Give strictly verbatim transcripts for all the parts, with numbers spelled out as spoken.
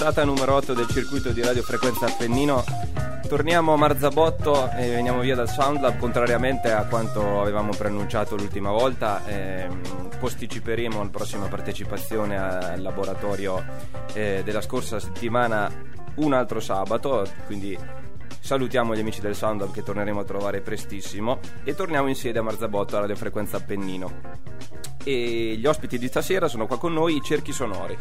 puntata numero otto del circuito di Radio Frequenza Appennino. Torniamo a Marzabotto e veniamo via dal Soundlab, contrariamente a quanto avevamo preannunciato l'ultima volta. Eh, posticiperemo la prossima partecipazione al laboratorio eh, della scorsa settimana un altro sabato, quindi salutiamo gli amici del Soundlab che torneremo a trovare prestissimo e torniamo in sede a Marzabotto a Radio Frequenza Appennino. E gli ospiti di stasera sono qua con noi i Cerchi Sonori.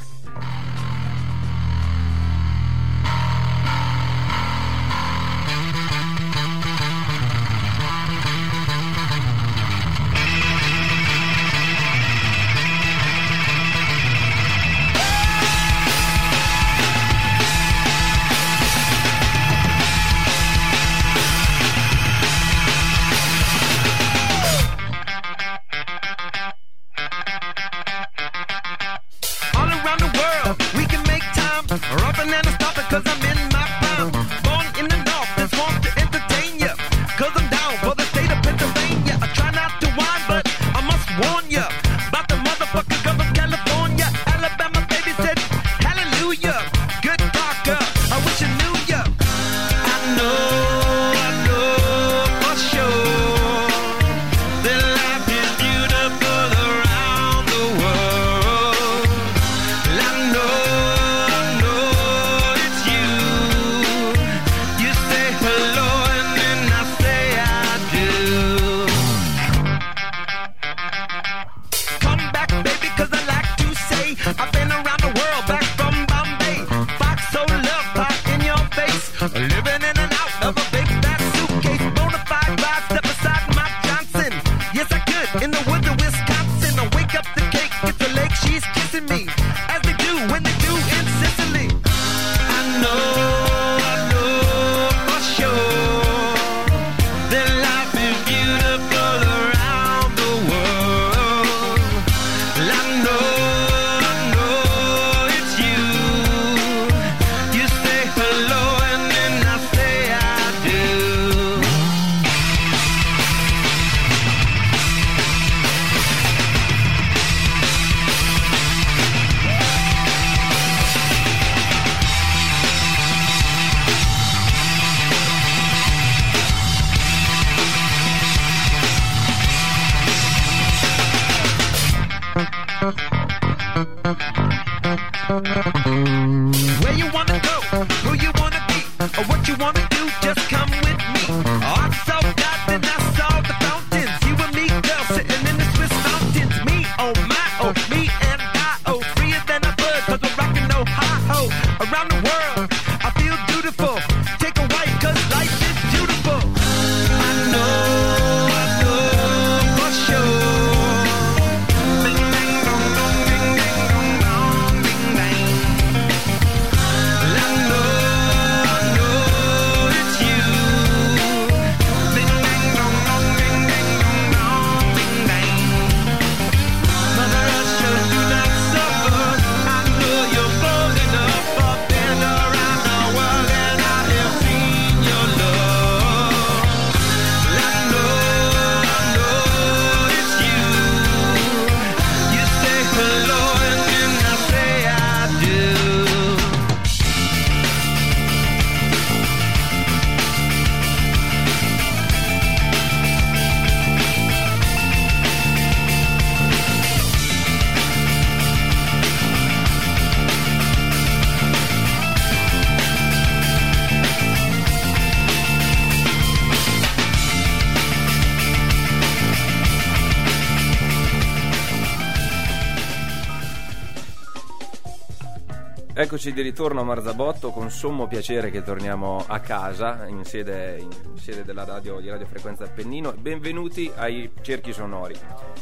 Eccoci di ritorno a Marzabotto, con sommo piacere che torniamo a casa in sede, in sede della radio di Radio Frequenza Appennino. Benvenuti ai Cerchi Sonori.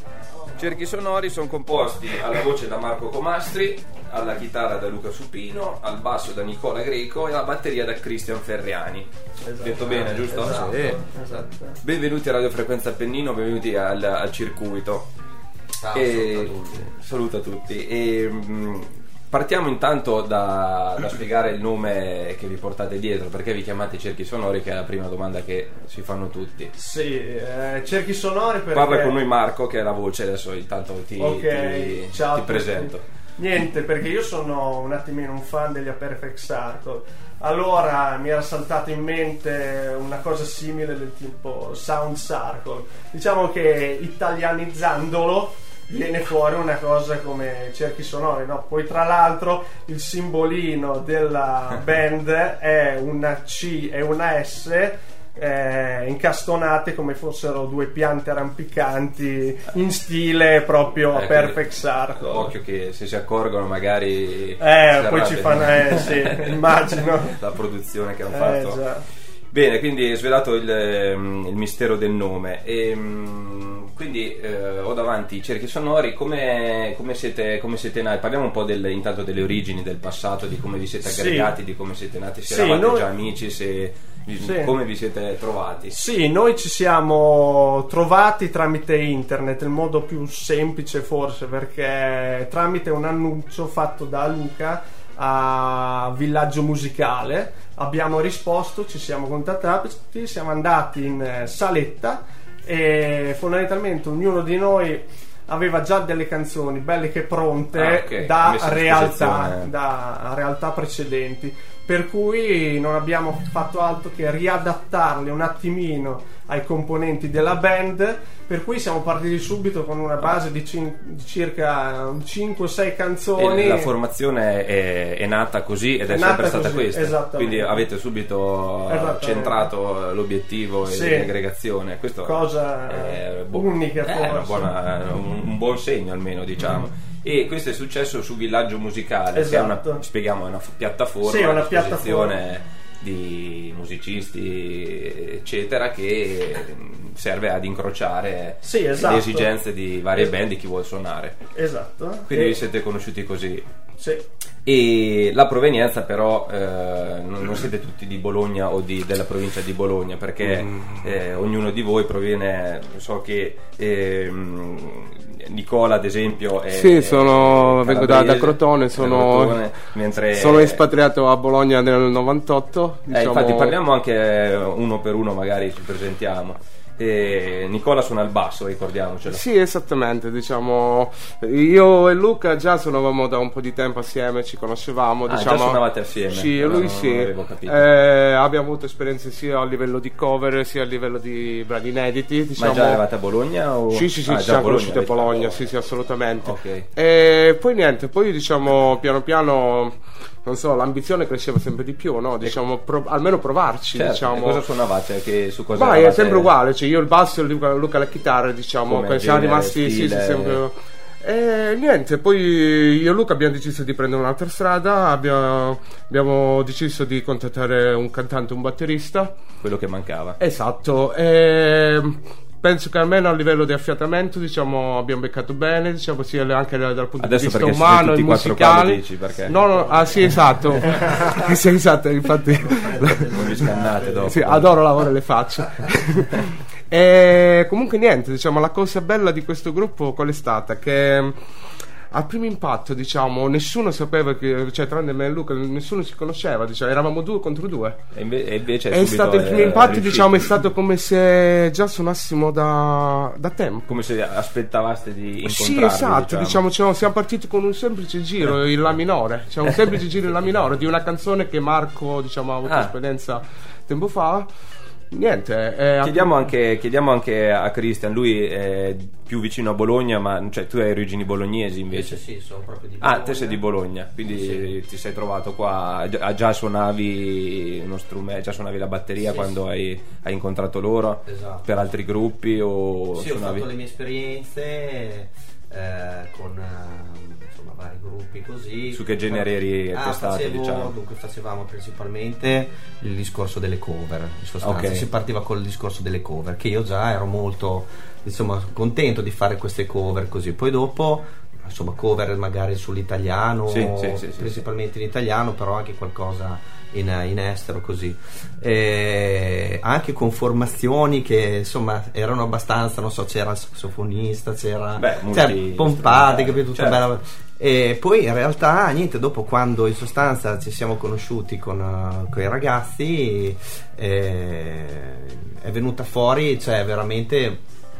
Cerchi Sonori sono composti alla voce da Marco Comastri, alla chitarra da Luca Supino, al basso da Nicola Greco e alla batteria da Cristian Ferriani. Esatto. Detto bene, giusto? Esatto. Sì. Esatto. Benvenuti a Radio Frequenza Appennino, benvenuti al, al circuito. Ciao, e, saluta a tutti. Saluta a tutti. E, mh, partiamo intanto da, da spiegare il nome che vi portate dietro, perché vi chiamate Cerchi Sonori, che è la prima domanda che si fanno tutti. Sì, eh, Cerchi Sonori perché... Parla con noi Marco, che è la voce, adesso intanto ti, okay, ti, ciao ti presento. Niente, perché io sono un attimino un fan degli A Perfect Circle. Allora mi era saltata in mente una cosa simile del tipo Sound Circle. Diciamo che italianizzandolo viene fuori una cosa come cerchi sonori, no? Poi tra l'altro il simbolino della band è una C e una S eh, incastonate come fossero due piante rampicanti in stile proprio eh, Perfect Circle. Occhio che se si accorgono magari eh poi ci fanno eh sì, immagino la produzione che hanno eh, fatto. Già. Bene, quindi hai svelato il, il mistero del nome e quindi eh, ho davanti i cerchi sonori. Come, come siete come siete nati? Parliamo un po' del, intanto delle origini, del passato, di come vi siete aggregati, sì. Di come siete nati, se sì, eravate noi... già amici, se sì. Come vi siete trovati? Sì, noi ci siamo trovati tramite internet, il modo più semplice forse, perché tramite un annuncio fatto da Luca a Villaggio Musicale abbiamo risposto, ci siamo contattati, siamo andati in saletta e fondamentalmente ognuno di noi aveva già delle canzoni belle che pronte ah, okay. da, realtà, da realtà precedenti, per cui non abbiamo fatto altro che riadattarle un attimino ai componenti della band, per cui siamo partiti subito con una base di, cin- di circa cinque o sei canzoni. E la formazione è, è nata così ed è, è sempre stata così, questa, quindi avete subito centrato l'obiettivo sì. e l'aggregazione. Questo cosa è bo- unica è una buona, un, un buon segno almeno, diciamo. Mm. E questo è successo su Villaggio Musicale, esatto. Che è una, spieghiamo, è una piattaforma sì, una a disposizione piattaforma di musicisti eccetera, che serve ad incrociare sì, esatto. le esigenze di varie band di chi vuole suonare. Esatto. Quindi e... vi siete conosciuti così. Sì. E la provenienza però eh, non, non siete tutti di Bologna o di, della provincia di Bologna, perché mm. eh, ognuno di voi proviene, so che eh, Nicola ad esempio è, sì, sono, è vengo da, da Crotone, sono, da Crotone mentre sono espatriato a Bologna nel novantotto, diciamo... eh, infatti parliamo anche uno per uno, magari ci presentiamo. E Nicola suona il basso, ricordiamocelo. Sì, esattamente, diciamo io e Luca già suonavamo da un po' di tempo assieme, ci conoscevamo, ah, diciamo. Già suonavate assieme? Sì, lui non, sì non eh, abbiamo avuto esperienze sia a livello di cover sia a livello di brani inediti, diciamo. Ma già eravate a Bologna? O... Sì, sì, sì, ah, ci siamo Bologna, conosciuti a Bologna, sì, sì, assolutamente. Okay. E poi niente, poi diciamo piano piano, non so, l'ambizione cresceva sempre di più, no? Diciamo, pro- almeno provarci, certo. diciamo. E cosa suonavate? Che, su cosa Ma eravate... è sempre uguale, cioè io il basso e Luca, Luca la chitarra, diciamo. Come siamo genere, rimasti stile... sì, sì, sempre. E niente, poi io e Luca abbiamo deciso di prendere un'altra strada, abbiamo, abbiamo deciso di contattare un cantante, un batterista. Quello che mancava. Esatto. E penso che almeno a livello di affiatamento, diciamo, abbiamo beccato bene, diciamo, sia anche dal punto adesso di vista umano e musicale. Dici, perché... No, no, ah sì, esatto. Sì, esatto, infatti. Non vi scannate dopo. Sì, adoro lavorare le facce. E comunque niente, diciamo, la cosa bella di questo gruppo qual è stata? Che al primo impatto, diciamo, nessuno sapeva che, cioè tranne me e Luca, nessuno si conosceva, diciamo, eravamo due contro due. E, inve- e invece è stato il primo impatto, diciamo, è stato come se già suonassimo da, da tempo. Come se aspettavate di incontrarvi. Sì, esatto, diciamo, diciamo siamo partiti con un semplice giro in La minore, cioè un semplice giro in La minore di una canzone che Marco, diciamo, ha avuto ah. esperienza tempo fa. Niente, eh, chiediamo, anche, chiediamo anche a Christian, lui è più vicino a Bologna, ma cioè tu hai origini bolognesi invece? Sì, sì, sono proprio di Bologna. Ah, te sei di Bologna, quindi sì. Ti sei trovato qua, già suonavi uno strumento, già suonavi la batteria sì, quando sì. Hai, hai incontrato loro? Esatto. Per altri gruppi o sì, suonavi? Ho fatto le mie esperienze eh, con insomma vari gruppi così. Su che genere eri ah, testato, facevo, diciamo? Dunque facevamo principalmente il discorso delle cover, in sostanza okay. Si partiva col discorso delle cover, che io già ero molto, insomma, contento di fare queste cover così. Poi dopo, insomma, cover magari sull'italiano, sì, sì, sì, principalmente sì, in italiano, però anche qualcosa in, in estero così, e anche con formazioni che insomma erano abbastanza, non so, c'era il sassofonista, c'era, Beh, c'era pompate, capito, tutta certo. bella. E poi in realtà niente, dopo quando in sostanza ci siamo conosciuti con, uh, con i ragazzi, eh, è venuta fuori, cioè veramente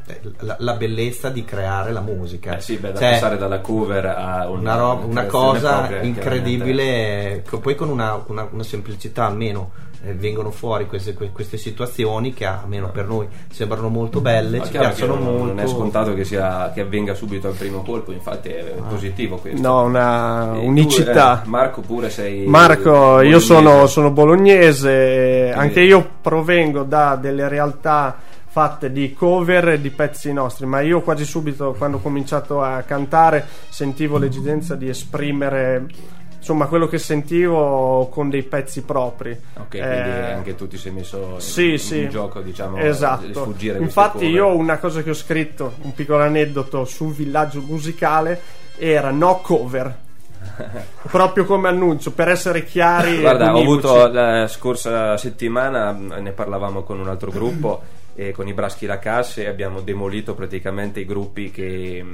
la, la bellezza di creare la musica. Eh sì, beh, da cioè, passare dalla cover a una, una, roba, una cosa propria, incredibile, poi con una, una, una semplicità almeno eh, vengono fuori queste, queste situazioni che almeno per noi sembrano molto belle, ma ci piacciono non, molto. Non è scontato che, sia, che avvenga subito al primo colpo, infatti è ah. positivo questo. No, una e unicità. Tu, eh, Marco pure sei Marco, bolognese. io sono, sono bolognese, sì. Anche io provengo da delle realtà fatte di cover e di pezzi nostri, ma io quasi subito quando ho cominciato a cantare sentivo l'esigenza di esprimere insomma quello che sentivo con dei pezzi propri. Ok, eh, quindi anche tu ti sei messo in, sì, in, sì. in gioco, diciamo, esatto. di sfuggire. Infatti io una cosa che ho scritto, un piccolo aneddoto sul villaggio musicale, era no cover. Proprio come annuncio, per essere chiari. Guarda, ho avuto la scorsa settimana, ne parlavamo con un altro gruppo e con i Braschi La Casse, abbiamo demolito praticamente i gruppi che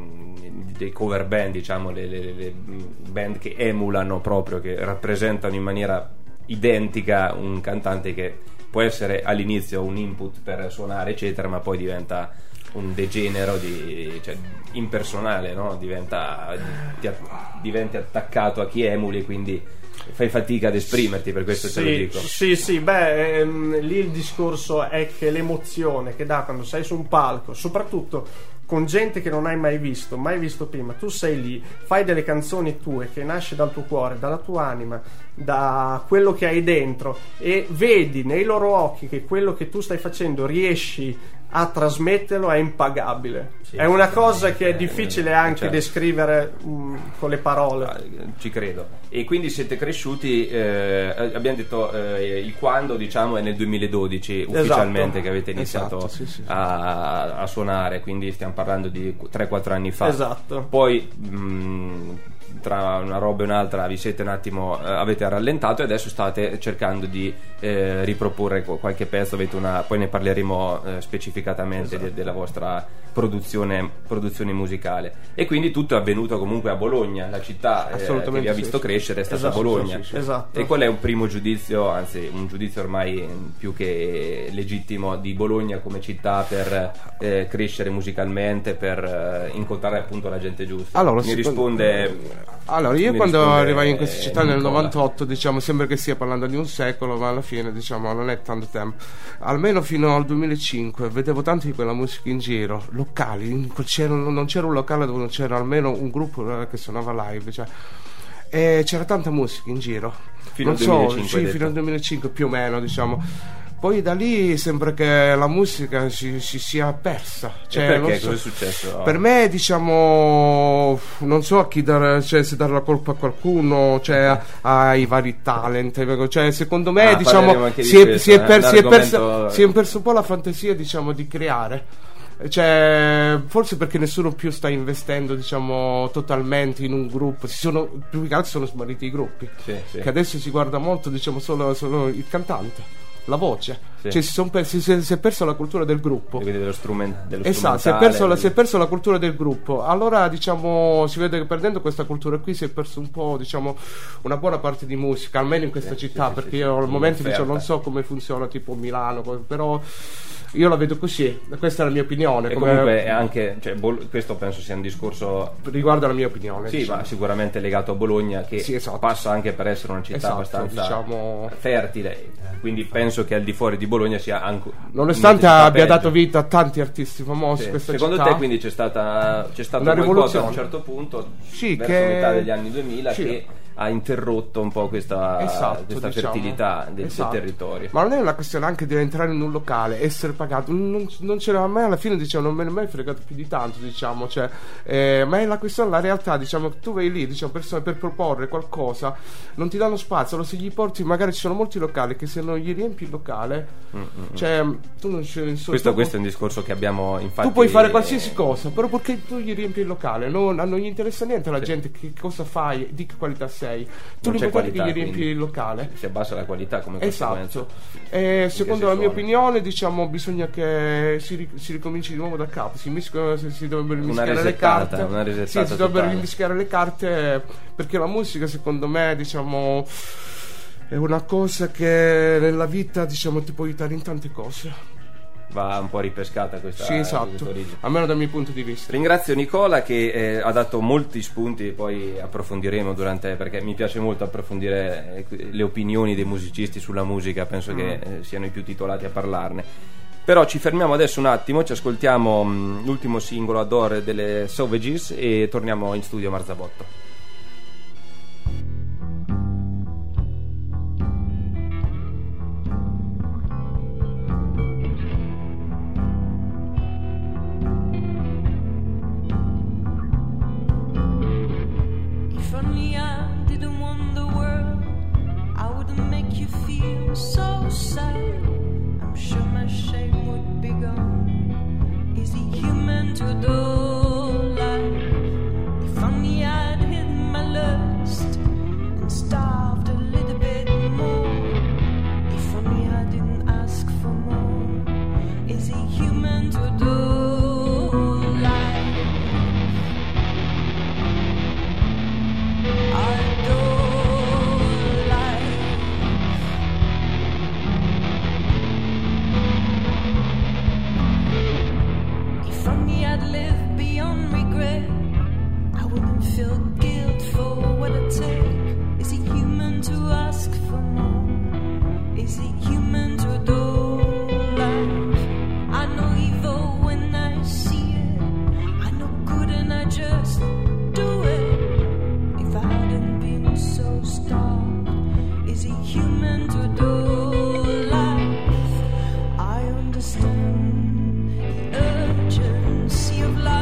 mh, dei cover band, diciamo le, le, le band che emulano proprio, che rappresentano in maniera identica un cantante che può essere all'inizio un input per suonare eccetera, ma poi diventa un degenero di, cioè, impersonale, no? Diventa ti, diventi attaccato a chi emuli, quindi fai fatica ad esprimerti, per questo sì, te lo dico. Sì, sì, beh, ehm, lì il discorso è che l'emozione che dà quando sei su un palco, soprattutto con gente che non hai mai visto, mai visto prima, tu sei lì, fai delle canzoni tue che nasce dal tuo cuore, dalla tua anima, da quello che hai dentro, e vedi nei loro occhi che quello che tu stai facendo riesci a trasmetterlo, è impagabile. Sì, è una cosa che è difficile anche certo. descrivere um, con le parole. Ah, ci credo. E quindi siete cresciuti, eh, abbiamo detto eh, il quando, diciamo, è nel duemiladodici ufficialmente, esatto. che avete iniziato esatto, sì, sì. A, a suonare, quindi stiamo parlando di tre quattro anni fa. Esatto. Poi mh, tra una roba e un'altra vi siete un attimo eh, avete rallentato e adesso state cercando di eh, riproporre qualche pezzo, avete una, poi ne parleremo eh, specificatamente esatto. de, della vostra produzione, produzione musicale, e quindi tutto è avvenuto comunque a Bologna, la città eh, che vi ha visto sì. crescere è stata esatto, Bologna sì, sì, esatto. E qual è un primo giudizio, anzi un giudizio ormai più che legittimo di Bologna come città per eh, crescere musicalmente, per eh, incontrare appunto la gente giusta? Allora, mi risponde allora io quando risponde, arrivai in questa città nel Nicola. novantotto, diciamo, sembra che stia parlando di un secolo, ma alla fine, diciamo, non è tanto tempo. Almeno fino al duemilacinque vedevo tanto di quella musica in giro, locali, c'era, non c'era un locale dove non c'era almeno un gruppo che suonava live, cioè, e c'era tanta musica in giro. Fino non al so, duemilacinque, sì, fino al duemilacinque più o meno, diciamo. Poi da lì sembra che la musica si, si sia persa. Cioè, e perché? non so, cosa è successo? Per me, diciamo, non so a chi dare, cioè, se dare la colpa a qualcuno, cioè ai vari talent. Cioè, secondo me, ah, diciamo, di si, è, questo, si, è per, eh? si, è persa, si è perso un po' la fantasia, diciamo, di creare. Cioè, forse perché nessuno più sta investendo, diciamo, totalmente in un gruppo. Si sono, più che altro sono smarriti i gruppi. Sì, sì. Che adesso si guarda molto, diciamo, solo, solo il cantante, la voce, sì. Cioè si, son per, si, si, si è perso la cultura del gruppo. Quindi dello, strument, dello esatto, si è, perso la, si è perso la cultura del gruppo. Allora, diciamo, si vede che perdendo questa cultura qui si è perso un po', diciamo, una buona parte di musica, almeno in questa sì, città, sì, perché sì, io sì, al momento diciamo, non so come funziona tipo Milano, però io la vedo così, questa è la mia opinione. E come... comunque è anche, cioè, Bol- questo penso sia un discorso riguarda la mia opinione. Sì, diciamo. ma sicuramente legato a Bologna, che sì, esatto. passa anche per essere una città esatto, abbastanza diciamo... fertile. Quindi penso che al di fuori di Bologna sia anche, nonostante abbia peggio. dato vita a tanti artisti famosi, sì. questa Secondo città, te quindi c'è stata c'è stato una qualcosa rivoluzione a un certo punto sì, verso che... metà degli anni duemila sì. che ha interrotto un po' questa, esatto, questa diciamo. fertilità del, esatto. del territorio. Ma non è una questione anche di entrare in un locale, essere pagato, non, non c'era mai alla fine, diciamo, non me ne è mai fregato più di tanto, diciamo, cioè, eh, ma è la questione, la realtà, diciamo, tu vai lì, diciamo, persone per proporre qualcosa, non ti danno spazio, allora se gli porti, magari ci sono molti locali che se non gli riempi il locale, mm-hmm. cioè tu non c'è questo, tu, questo è un discorso che abbiamo infatti. Tu puoi fare qualsiasi cosa, però perché tu gli riempi il locale, non, non gli interessa niente alla sì. gente che cosa fai, di che qualità sei, tu non qualità, che gli riempi il locale, si abbassa la qualità come esatto. E secondo la mia opinione, diciamo, bisogna che si, ric- si ricominci di nuovo da capo, si, misco- si dovrebbero mischiare le carte, una sì, si dovrebbero mischiare le carte, perché la musica secondo me, diciamo, è una cosa che nella vita, diciamo, ti può aiutare in tante cose. va un po' ripescata questa, sì, esatto, questa almeno dal mio punto di vista. Ringrazio Nicola che eh, ha dato molti spunti, poi approfondiremo durante, perché mi piace molto approfondire eh, le opinioni dei musicisti sulla musica, penso mm. che eh, siano i più titolati a parlarne. Però ci fermiamo adesso un attimo, ci ascoltiamo mh, l'ultimo singolo Adore delle Savages e torniamo in studio Marzabotto. So sad, I'm sure my shame would be gone. Is he human to adore life? If only I'd hidden my lust and starved a little bit more. If only I didn't ask for more. Is he human to adore life? I adore. Feel guilt for what I take. Is he human to ask for more? Is he human to adore life? I know evil when I see it. I know good and I just do it. If I hadn't been so starved, is he human to adore life? I understand the urgency of life.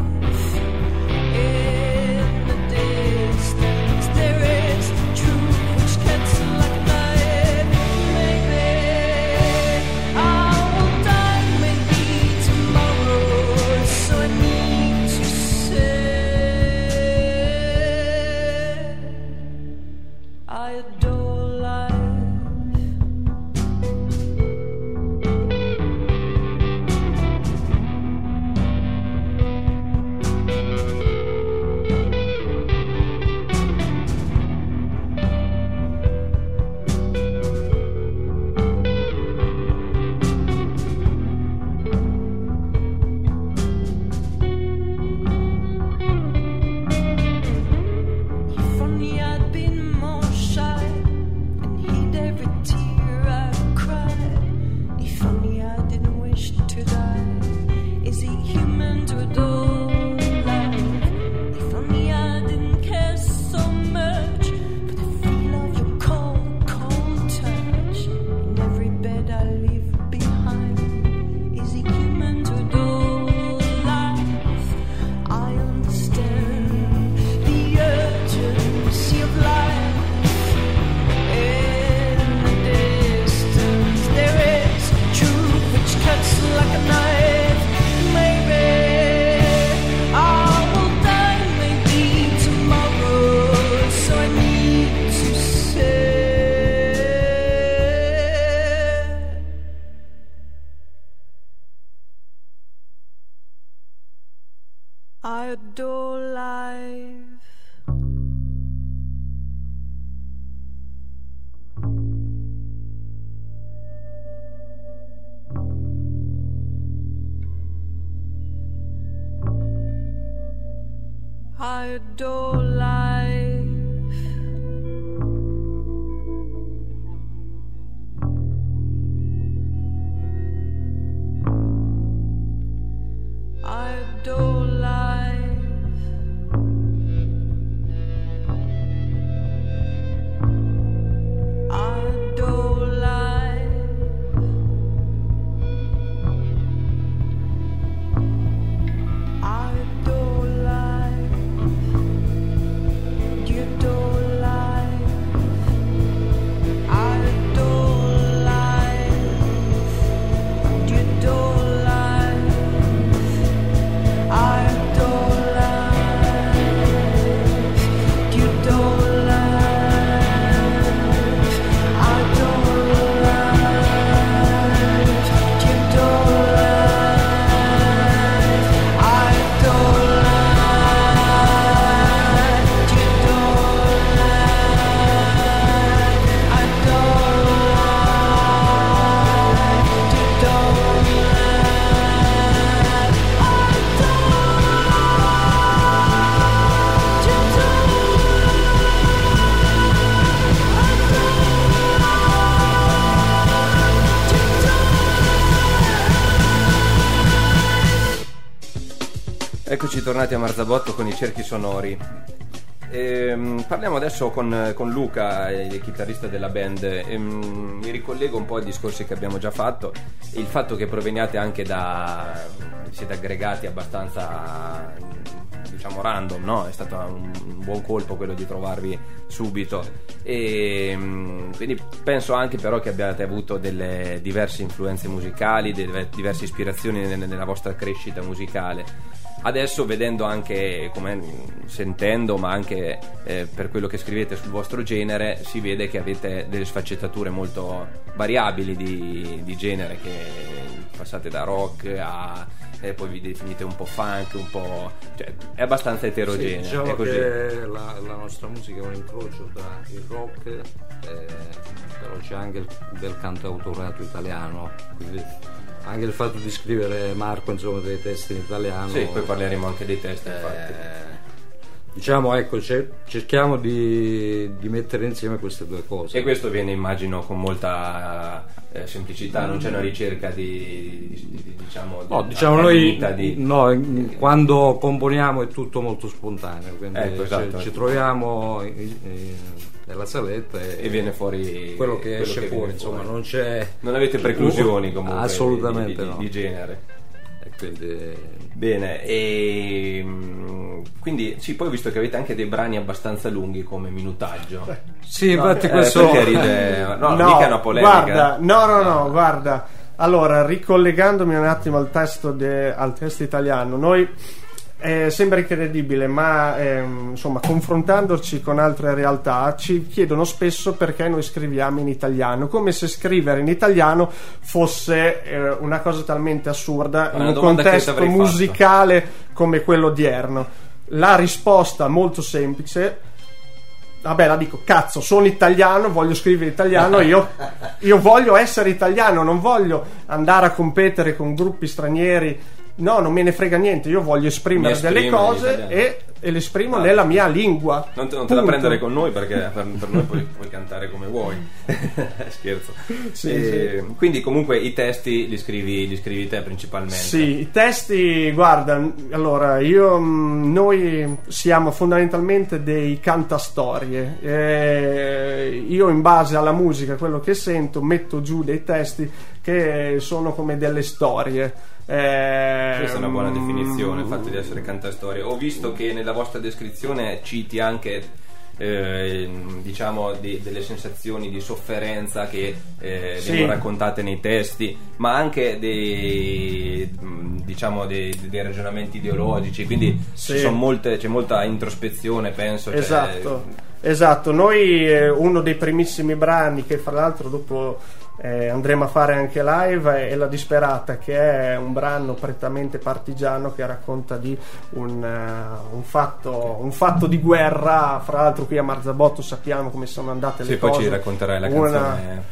I adore life. I adore life. I adore life. I adore life. I adore life. Eccoci tornati a Marzabotto con i cerchi sonori. Ehm, parliamo adesso con, con Luca, il chitarrista della band. Ehm, mi ricollego un po' ai discorsi che abbiamo già fatto. Il fatto che proveniate anche da... siete aggregati abbastanza, diciamo, random, no? È stato un, un buon colpo quello di trovarvi subito. E quindi penso anche però che abbiate avuto delle diverse influenze musicali, delle diverse ispirazioni nella, nella vostra crescita musicale. Adesso, vedendo anche, come sentendo, ma anche eh, per quello che scrivete sul vostro genere, si vede che avete delle sfaccettature molto variabili di, di genere, che passate da rock a e poi vi definite un po' funk, un po', cioè è abbastanza eterogenea. Sì, diciamo è così. che la, la nostra musica è un incrocio tra il rock, eh, però c'è anche il del cantautorato italiano, quindi anche il fatto di scrivere, Marco, insomma, dei testi in italiano. Sì, poi parleremo anche dei testi, eh, infatti. Diciamo, ecco, cerchiamo di, di mettere insieme queste due cose. E questo viene, immagino, con molta eh, semplicità, non c'è una ricerca di, di, di diciamo, no, di, diciamo noi di... no, quando componiamo è tutto molto spontaneo, quindi ecco, esatto, ci, ci troviamo in, in, nella saletta e, e viene fuori quello che quello esce che fuori, insomma, fuori. non c'è, non avete preclusioni comunque assolutamente di, di, no. di genere. E quindi... Bene, e quindi sì, poi ho visto che avete anche dei brani abbastanza lunghi come minutaggio. Sì, infatti no, questo... Eh, ride... No, no, mica è una polemica. Guarda, no, no, no, guarda. Allora, ricollegandomi un attimo al testo, de, al testo italiano, noi eh, sembra incredibile, ma eh, insomma, confrontandoci con altre realtà, ci chiedono spesso perché noi scriviamo in italiano, come se scrivere in italiano fosse eh, una cosa talmente assurda in un contesto musicale fatto. Come quello odierno. La risposta molto semplice. Vabbè, la dico, cazzo, sono italiano, voglio scrivere italiano, io, io voglio essere italiano, non voglio andare a competere con gruppi stranieri, no, non me ne frega niente, io voglio esprimere delle cose e, e le esprimo ah, nella mia lingua. Non te, non te la prendere con noi, perché per, per noi puoi, puoi cantare come vuoi. Scherzo. Sì, e, sì. Quindi comunque i testi li scrivi, li scrivi te principalmente. Sì, i testi, guarda, allora io noi siamo fondamentalmente dei cantastorie. Eh, io in base alla musica, quello che sento, metto giù dei testi che sono come delle storie. Eh, Questa è una buona definizione, il fatto di essere cantastorie. Ho visto che nella vostra descrizione citi anche eh, diciamo di, delle sensazioni di sofferenza che eh, sì. vengono raccontate nei testi, ma anche dei diciamo dei, dei ragionamenti ideologici, quindi sì. ci sono molte, c'è molta introspezione, penso. Esatto, cioè... esatto. Noi eh, uno dei primissimi brani che fra l'altro dopo Eh, andremo a fare anche live è La Disperata, che è un brano prettamente partigiano che racconta di un, uh, un, fatto, un fatto di guerra. Fra l'altro qui a Marzabotto sappiamo come sono andate sì, le poi cose. Ci racconterai la una, canzone.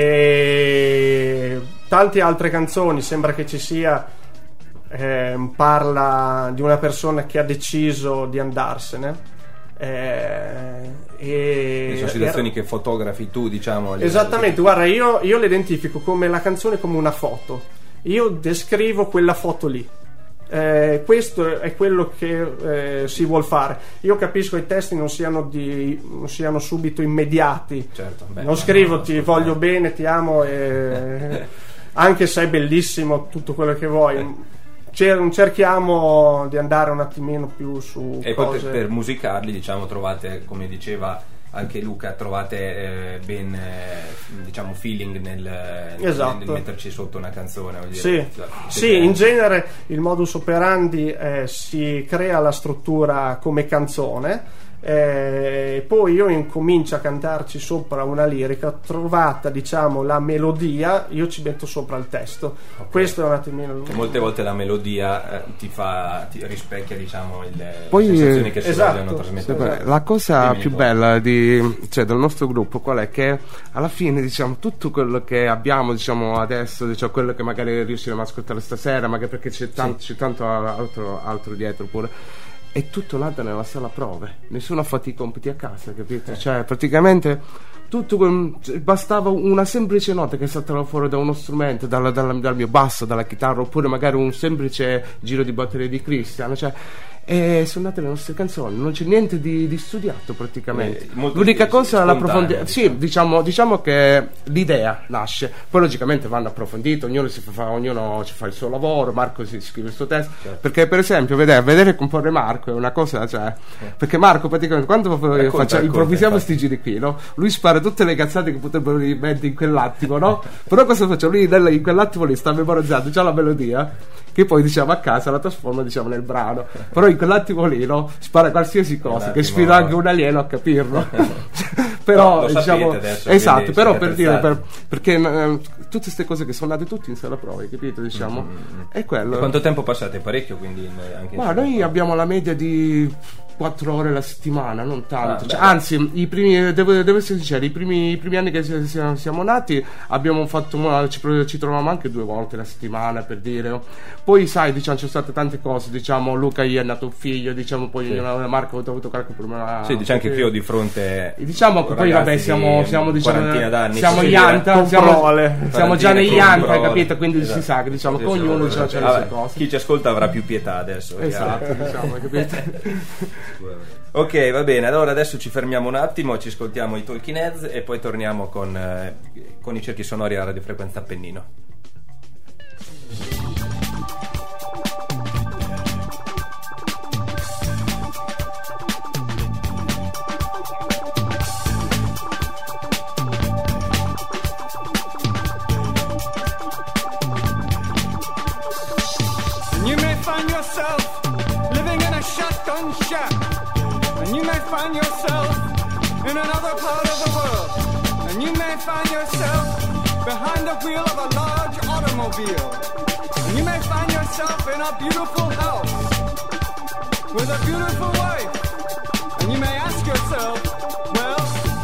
E tante altre canzoni. Sembra che ci sia eh, parla di una persona che ha deciso di andarsene. Eh, e sono situazioni era... che fotografi tu, diciamo. Esattamente, guarda, io, io le identifico come la canzone come una foto. Io descrivo quella foto lì. Eh, questo è quello che eh, si vuol fare. Io capisco che i testi non siano, di, non siano subito immediati. Certo, beh, non scrivo no, ti voglio bene, ti amo, e... anche se è bellissimo tutto quello che vuoi. Cerchiamo di andare un attimino più su e cose... poi per, per musicarli, diciamo, trovate, come diceva anche Luca, trovate eh, ben eh, diciamo feeling nel, esatto. nel, nel metterci sotto una canzone, vuol dire. Sì, Cioè, sì, in genere il modus operandi eh, si crea la struttura come canzone. Eh, poi io incomincio a cantarci sopra una lirica, trovata diciamo la melodia, io ci metto sopra il testo. Okay. Questo è un attimino. Che molte volte la melodia eh, ti fa ti rispecchia, diciamo, il, poi, le sensazioni che si esatto, vogliono trasmettere. esatto. La cosa Dimmi più poi. bella di, cioè, del nostro gruppo qual è? Che alla fine, diciamo, tutto quello che abbiamo, diciamo, adesso, diciamo, quello che magari riusciremo ad ascoltare stasera, ma che perché c'è tanto, sì. c'è tanto altro, altro dietro pure. È tutto nato nella sala prove, nessuno ha fatto i compiti a casa, capito? Cioè praticamente tutto quel- bastava una semplice nota che saltava fuori da uno strumento, dal, dal- dal mio basso, dalla chitarra, oppure magari un semplice giro di batteria di Christian, cioè, e sono nate le nostre canzoni, non c'è niente di, di studiato praticamente. Eh, molto L'unica sì, cosa è spontaneo, l'approfondimento. Sì, diciamo. diciamo, diciamo che l'idea nasce, poi logicamente vanno approfondite, ognuno si fa, ognuno ci fa il suo lavoro, Marco si scrive il suo testo, Certo. perché per esempio vedere, vedere comporre Marco è una cosa, cioè, perché Marco praticamente quando Racconta, facciamo, racconta, improvvisiamo infatti. sti giri qui, no? Lui spara tutte le cazzate che potrebbero rimettere in quell'attimo, no? Però cosa faccio? Lui nel- in quell'attimo lì sta memorizzando già la melodia, che poi diciamo a casa la trasforma diciamo nel brano, però in quell'attimo lì, no? Spara qualsiasi cosa, Un che attimo. sfido anche un alieno a capirlo. Però No, lo sapete diciamo adesso, esatto, quindi però siete per dire attrezzati. per- perché eh, tutte queste cose che sono nate tutte in sala prove, capito? Diciamo, è quello. E quanto tempo passate? Parecchio, quindi in- anche in Ma sala noi prove? abbiamo la media di quattro ore alla settimana, non tanto. Ah, Cioè, beh. anzi, i primi, devo, devo essere sincero, i primi, i primi anni che si- siamo, siamo nati abbiamo fatto, mo- ci, pro- ci trovavamo anche due volte la settimana, per dire. Poi sai, diciamo, ci sono state tante cose, diciamo, Luca gli è nato un figlio, diciamo, poi Sì. Marco ha avuto qualche problema. Sì, diciamo che qui ho perché- di fronte Diciamo che un poi ragazzi vabbè siamo, di siamo diciamo quarantina d'anni, siamo si gli può dire. anta, Con siamo, prole. siamo già Quarantina negli con anta, prole. capito? Quindi Esatto. si sa che diciamo Sì, che sì, ognuno sì, ha sì. le Vabbè, sue cose. chi ci ascolta avrà più pietà adesso. è Esatto, chiaro. diciamo, capito? Ok, va bene, allora adesso ci fermiamo un attimo, ci ascoltiamo i Talking Heads e poi torniamo con, eh, con i cerchi sonori a radiofrequenza Appennino. And you may find yourself living in a shotgun shack. And you may find yourself in another part of the world. And you may find yourself behind the wheel of a large automobile. And you may find yourself in a beautiful house with a beautiful wife. And you may ask yourself, well,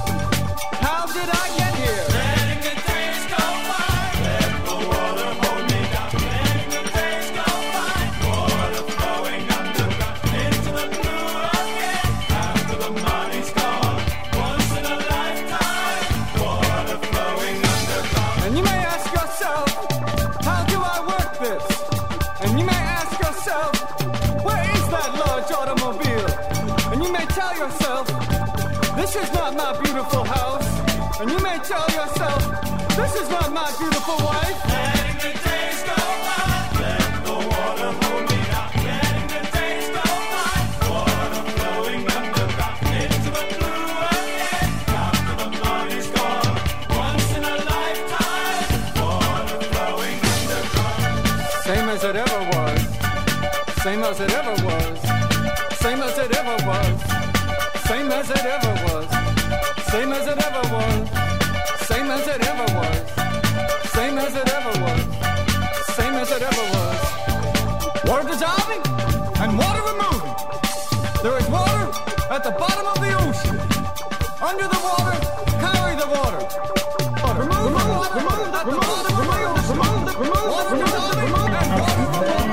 how did I get here? Letting the days go by. Let the water hold me down. Letting the days go by. Water flowing underground into the blue again. After the money's gone, once in a lifetime. Water flowing underground. And you may ask yourself, how do I work this? And you may ask yourself, where is that large automobile? And you may tell yourself, this is not my beautiful house. And you may tell yourself, this is not my beautiful wife. Letting the days go by. Let the water hold me down. Letting the days go by. Water flowing underground into the blue again. After the money's gone, once in a lifetime. Water flowing underground. Same as it ever was. Same as it ever was. Same as it ever was. Same as it ever was. Same as it ever was. Same as it ever was. Same as it ever was. Same as it ever was. Water dissolving and water removing. There is water at the bottom of the ocean. Under the water, carry the water. Water. Remove, remove, remove, at the bottom of the ocean. Remove, remove, water dissolving and water removing.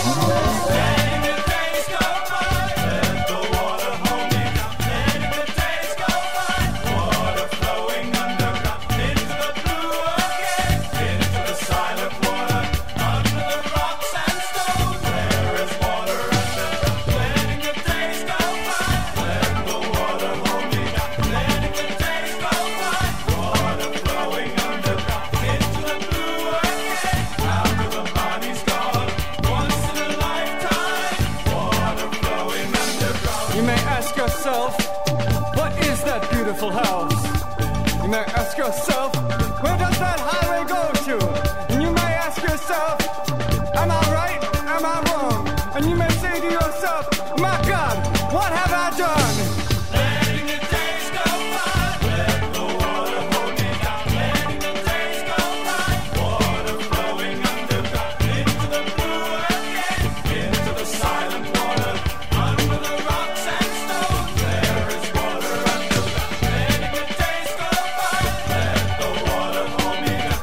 Letting the days go by. Let the water hold me down. Letting the days go by. Water flowing underground into the blue again. Into the silent water. Under the rocks and stones. There is water underground. Letting the days go by. Let the water hold me down. Letting the days go by. Water flowing underground into the blue again. After the money's gone. Once in a lifetime. Water flowing underground. You may ask yourself, what is that beautiful house? You may ask yourself, where does that highway go to? And you may ask yourself, am I right? Am I wrong? And you may say to yourself, my God, what have I done? Letting the days go by. Let the water hold me down. Letting the days go by. Water flowing underground into the blue again. Into the silent water. Under the rocks and stones. There is water underground. Letting the days go by. Let the water hold me down.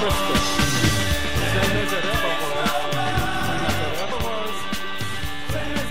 crystal. Same as it ever was. Same as it ever was. Same as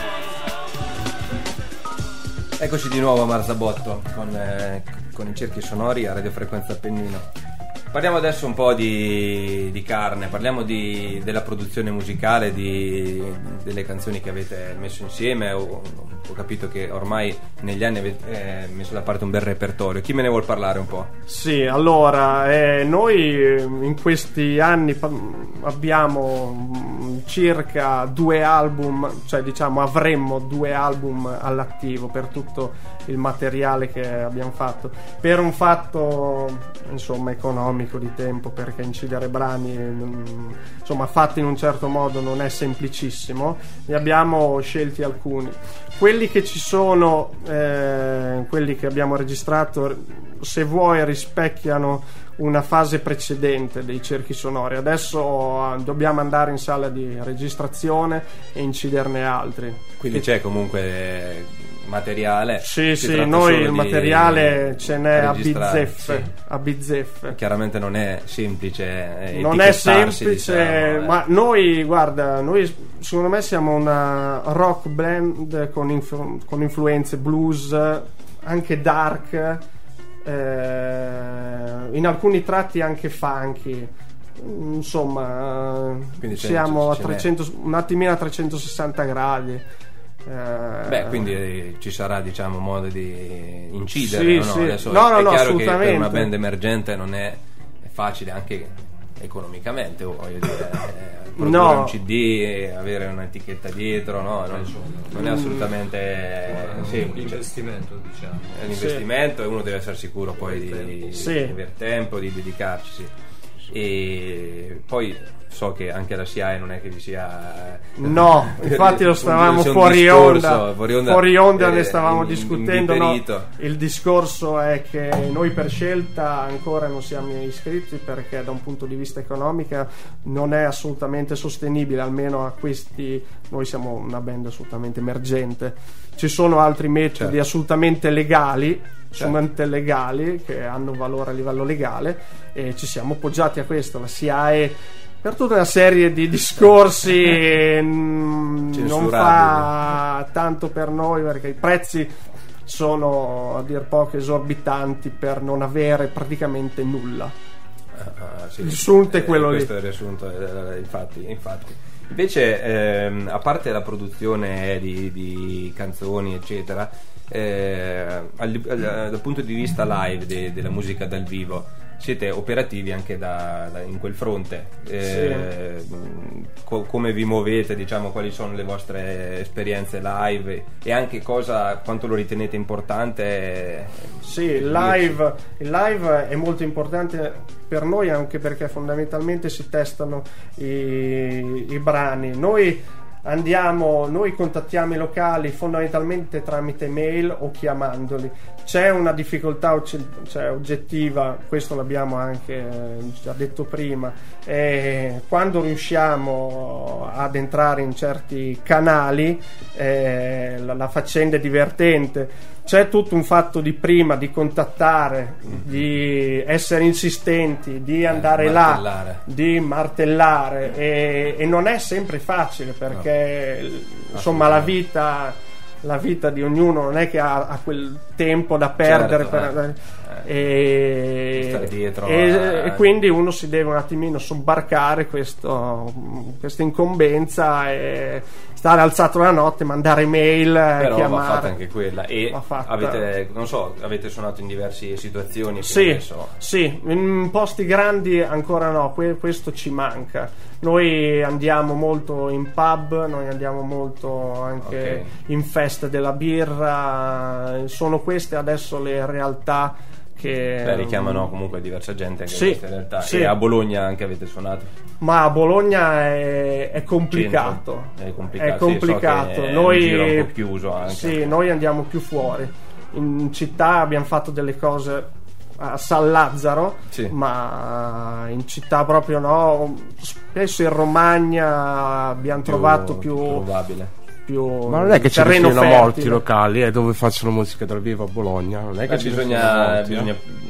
it ever was. Eccoci di nuovo a Marzabotto con, eh, con i cerchi sonori a radiofrequenza Appennino. Parliamo adesso un po' di, di carne, parliamo di, della produzione musicale, di, delle canzoni che avete messo insieme. Ho, ho capito che ormai negli anni avete eh, messo da parte un bel repertorio. Chi me ne vuol parlare un po'? Sì, allora, eh, noi in questi anni pa- abbiamo circa due album, cioè diciamo avremmo due album all'attivo per tutto il materiale che abbiamo fatto, per un fatto insomma economico di tempo, perché incidere brani insomma fatti in un certo modo non è semplicissimo. Ne abbiamo scelti alcuni, quelli che ci sono, eh, quelli che abbiamo registrato, se vuoi rispecchiano una fase precedente dei cerchi sonori. Adesso dobbiamo andare in sala di registrazione e inciderne altri. Quindi che... c'è comunque materiale. Sì, sì, noi il materiale ce n'è a bizzeffe, sì. a bizzeffe. Chiaramente non è semplice. Eh, non è semplice, diciamo, eh. ma noi, guarda, noi secondo me siamo una rock band con, influ- con influenze blues, anche dark, eh, in alcuni tratti anche funky. Insomma, quindi siamo a ce trecento, un attimino a trecentosessanta gradi. Eh, Beh, quindi ci sarà, diciamo, modo di incidere. Sì, no? sì. Adesso no, no, è no, chiaro che assolutamente. per una band emergente non è facile anche economicamente, voglio dire, eh, produrre no. un C D, avere un'etichetta dietro, no? non, non è assolutamente È un semplice. investimento, diciamo. È un investimento e uno deve essere sicuro poi di, Sì. di avere tempo, di dedicarci. Sì. E poi so che anche la S I A E non è che vi sia, no, infatti lo stavamo fuori discorso, onda fuori onda, fuori onda eh, ne stavamo in, discutendo, no? in Il discorso è che noi per scelta ancora non siamo iscritti, perché da un punto di vista economico non è assolutamente sostenibile, almeno a questi. Noi siamo una band assolutamente emergente, ci sono altri metodi, certo, assolutamente legali, assolutamente legali, che hanno valore a livello legale, e ci siamo appoggiati a questo. La S I A E per tutta una serie di discorsi non fa tanto per noi, perché i prezzi sono a dir poco esorbitanti per non avere praticamente nulla. Ah, sì, il riassunto eh, è quello questo lì. È il riassunto, eh, infatti, infatti. Invece, ehm, a parte la produzione di, di canzoni, eccetera, eh, al, al, dal punto di vista live de, della musica dal vivo, siete operativi anche da, da, in quel fronte, eh, sì. co- come vi muovete, diciamo, quali sono le vostre esperienze live e anche cosa, quanto lo ritenete importante? Sì, il live, il live è molto importante per noi, anche perché fondamentalmente si testano i, i brani. Noi andiamo, noi contattiamo i locali fondamentalmente tramite mail o chiamandoli. C'è una difficoltà cioè, oggettiva, questo l'abbiamo anche già detto prima, e quando riusciamo ad entrare in certi canali, eh, la, la faccenda è divertente. C'è tutto un fatto di prima, di contattare, di essere insistenti, di andare eh, là, di martellare, e, e non è sempre facile, perché no, insomma la vita la vita di ognuno non è che ha, ha quel tempo da perdere, certo, per, eh, e, stare dietro e, a... e quindi uno si deve un attimino sobbarcare questo, questa incombenza e stare alzato la notte, mandare mail, però chiamare. va fatta anche quella. E fatta... avete, non so, avete suonato in diverse situazioni? Sì, so. sì, in posti grandi ancora no, que- questo ci manca. Noi andiamo molto in pub, noi andiamo molto anche okay. in feste della birra, sono queste adesso le realtà che Beh, richiamano comunque diversa gente anche sì, in queste realtà. Sì. E a Bologna anche avete suonato? Ma a Bologna è, è complicato. È complicato. È complicato. Sì, so noi, è un giro un po' chiuso anche. Sì, noi andiamo più fuori. In città abbiamo fatto delle cose a San Lazzaro, sì. ma in città proprio no. Spesso in Romagna abbiamo più trovato più probabile. Più ma non è che ci sono molti locali eh, dove facciano musica dal vivo a Bologna, non è che eh, ci bisogna, molti, bisogna eh.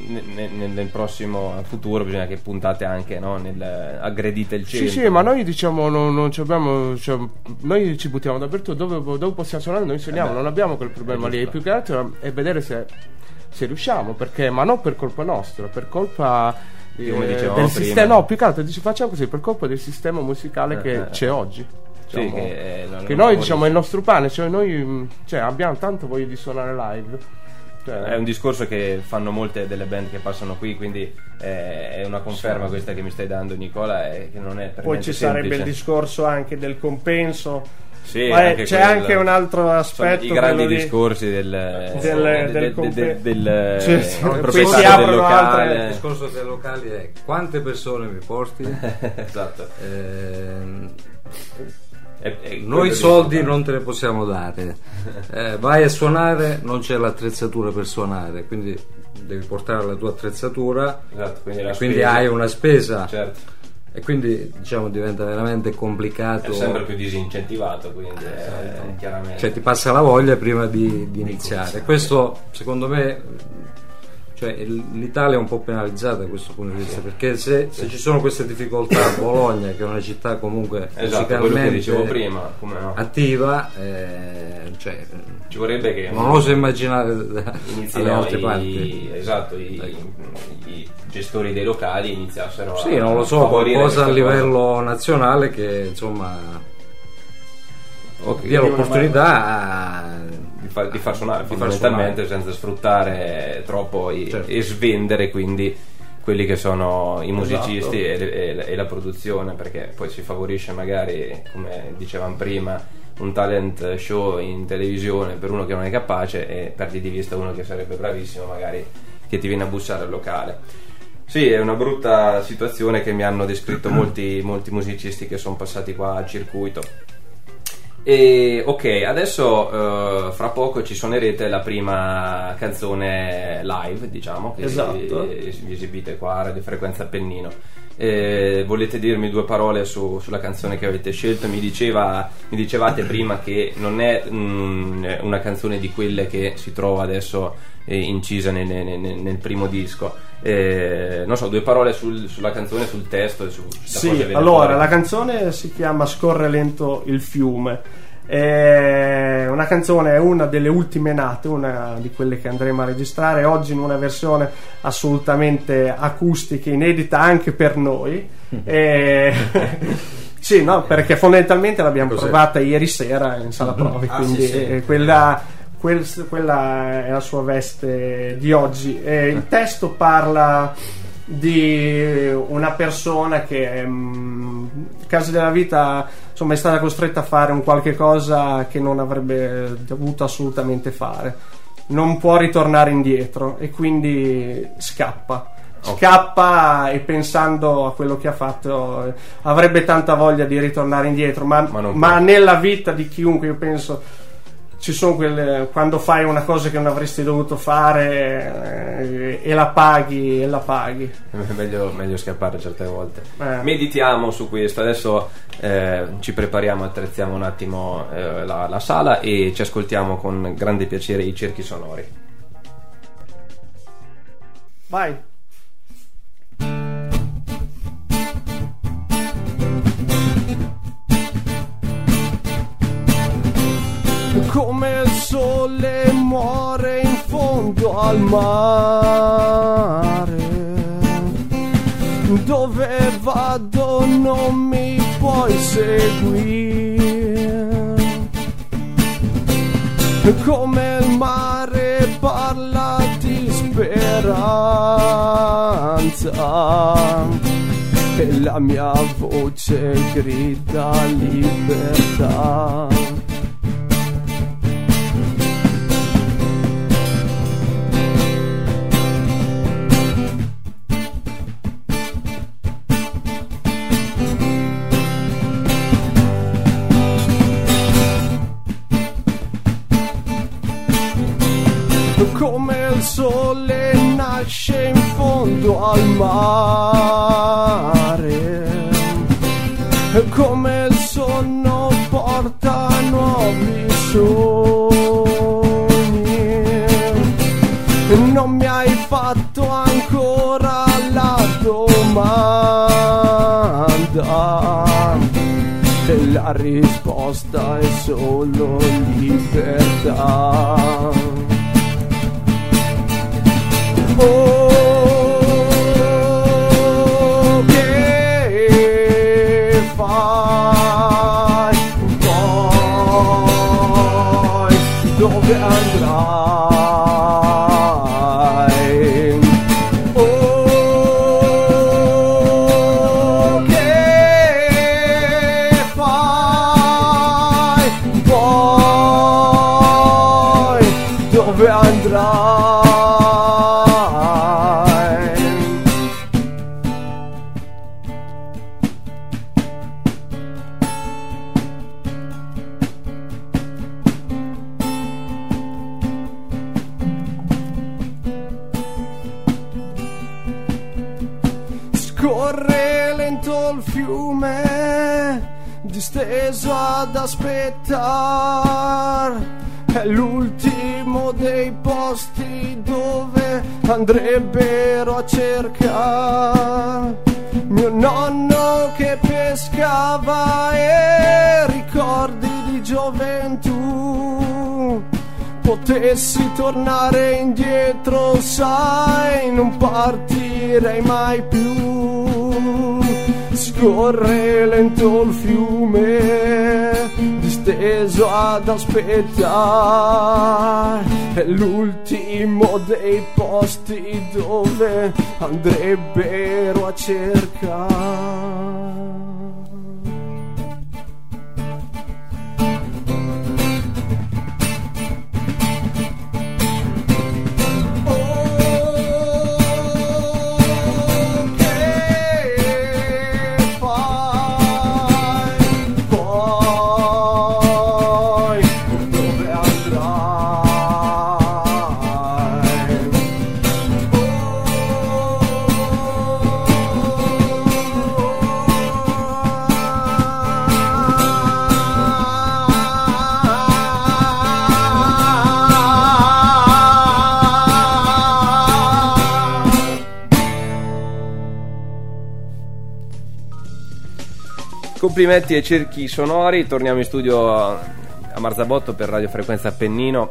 nel, nel, nel prossimo futuro bisogna che puntate anche, no, nel aggredite il centro. Sì, sì, ma noi diciamo non, non ci abbiamo, cioè, noi ci buttiamo dappertutto, dove, dove possiamo suonare noi suoniamo, eh beh, non abbiamo quel problema lì, più che altro è vedere se, se riusciamo, perché ma non per colpa nostra, per colpa eh, del sistema, no, più che altro dici, facciamo così, per colpa del sistema musicale eh, che eh, c'è oggi. Diciamo, sì, che, eh, non, che non noi diciamo è il nostro pane, cioè noi cioè, abbiamo tanto voglia di suonare live. Cioè, è un discorso che fanno molte delle band che passano qui, quindi eh, è una conferma questa che mi stai dando, Nicola, è che non è per poi ci semplice. Sarebbe il discorso anche del compenso. Sì, ma anche c'è quello, anche un altro aspetto, i grandi di, discorsi del del, del, del, del, del, del cioè, sì, proprietario del locale. Altre... Il discorso dei locali è quante persone mi porti? Esatto. Ehm... E, e noi soldi non te ne possiamo dare, eh, vai a suonare, non c'è l'attrezzatura per suonare, quindi devi portare la tua attrezzatura, esatto, quindi, e quindi hai una spesa, certo. E quindi diciamo diventa veramente complicato, è sempre più disincentivato, quindi eh, chiaramente, cioè ti passa la voglia prima di, di iniziare. Questo secondo me, cioè l'Italia è un po' penalizzata da questo punto di vista, perché se, se ci sono queste difficoltà a Bologna, che è una città comunque esatto, musicalmente dicevo prima, come no, attiva, eh, cioè, ci vorrebbe che non oso immaginare dalle altre i, parti, esatto, i, i, i gestori dei locali iniziassero sì, a non lo so, qualcosa a livello cosa. nazionale che insomma okay, dia l'opportunità a, di, far, di far suonare di fondamentalmente far suonare. Senza sfruttare troppo i, certo. e svendere quindi quelli che sono i musicisti esatto. e, e, e la produzione, perché poi si favorisce magari, come dicevamo prima, un talent show in televisione per uno che non è capace e perdi di vista uno che sarebbe bravissimo, magari che ti viene a bussare al locale. Sì, è una brutta situazione che mi hanno descritto molti, molti musicisti che sono passati qua al circuito. E ok, adesso uh, fra poco ci suonerete la prima canzone live, diciamo, che esatto. vi esibite qua a Radio Frequenza Appennino. Eh, volete dirmi due parole su, sulla canzone che avete scelto? Mi, diceva, mi dicevate prima che non è mm, una canzone di quelle che si trova adesso eh, incisa nel, nel, nel primo disco. Eh, non so, due parole sul, sulla canzone, sul testo e su, sì, allora fuori. La canzone si chiama Scorre lento il fiume. È una canzone, è una delle ultime nate, una di quelle che andremo a registrare oggi in una versione assolutamente acustica, inedita anche per noi. E... sì, no, perché fondamentalmente l'abbiamo Cos'è? provata ieri sera in sala prove, ah, quindi sì, sì. Quella, quel, quella è la sua veste di oggi. E il testo parla di una persona che mh, caso della vita insomma è stata costretta a fare un qualche cosa che non avrebbe dovuto assolutamente fare, non può ritornare indietro e quindi scappa okay. scappa e pensando a quello che ha fatto avrebbe tanta voglia di ritornare indietro, ma, ma, ma nella vita di chiunque io penso ci sono quelle, quando fai una cosa che non avresti dovuto fare eh, e la paghi e la paghi meglio, meglio scappare certe volte. eh. Meditiamo su questo adesso, eh, ci prepariamo, attrezziamo un attimo eh, la, la sala e ci ascoltiamo con grande piacere i Cerchi Sonori. Vai. Come il sole muore in fondo al mare, dove vado non mi puoi seguire. Come il mare parla di speranza e la mia voce grida libertà. Come il sole nasce in fondo al mare, come il sonno porta nuovi sogni. Non mi hai fatto anche ancora la domanda e la risposta è solo libertà. Oh, che fai poi, dove andrai? Oh, che fai poi, dove andrai? Scorre lento il fiume, disteso ad aspettar. È l'ultimo dei posti dove andrebbero a cercare. Mio nonno che pescava e ricordi di gioventù. Potessi tornare indietro, sai, non partirei mai più. Scorre lento il fiume, disteso ad aspettare. È l'ultimo dei posti dove andrebbero a cercare. Complimenti ai cerchi sonori, torniamo in studio a Marzabotto per Radio Frequenza Appennino.